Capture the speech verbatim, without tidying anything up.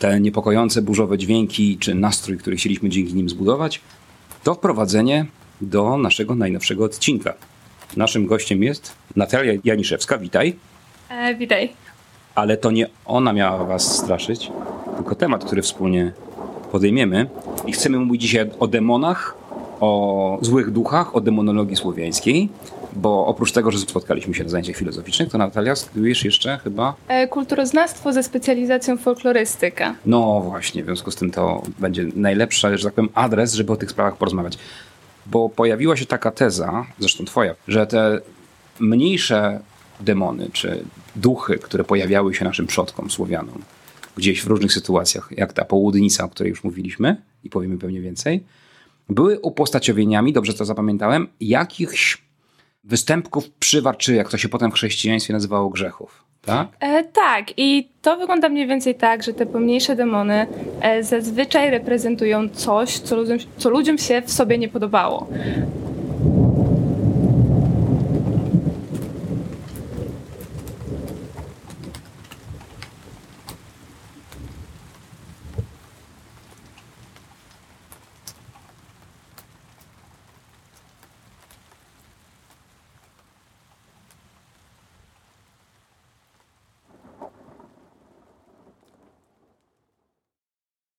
te niepokojące, burzowe dźwięki, czy nastrój, który chcieliśmy dzięki nim zbudować, to wprowadzenie do naszego najnowszego odcinka. Naszym gościem jest Natalia Janiszewska. Witaj. E, witaj. Ale to nie ona miała was straszyć, tylko temat, który wspólnie podejmiemy. I chcemy mówić dzisiaj o demonach, o złych duchach, o demonologii słowiańskiej, bo oprócz tego, że spotkaliśmy się na zajęciach filozoficznych, to Natalia, studiujesz jeszcze chyba? E, kulturoznawstwo ze specjalizacją folklorystyka. No właśnie, w związku z tym to będzie najlepszy, że tak powiem, adres, żeby o tych sprawach porozmawiać. Bo pojawiła się taka teza, zresztą twoja, że te mniejsze demony, czy duchy, które pojawiały się naszym przodkom, Słowianom, gdzieś w różnych sytuacjach, jak ta południca, o której już mówiliśmy i powiemy pewnie więcej, były upostaciowieniami, dobrze to zapamiętałem, jakichś występków przywar, czy jak to się potem w chrześcijaństwie nazywało, grzechów. Tak? E, tak, i to wygląda mniej więcej tak, że te pomniejsze demony e, zazwyczaj reprezentują coś, co ludziom, co ludziom się w sobie nie podobało.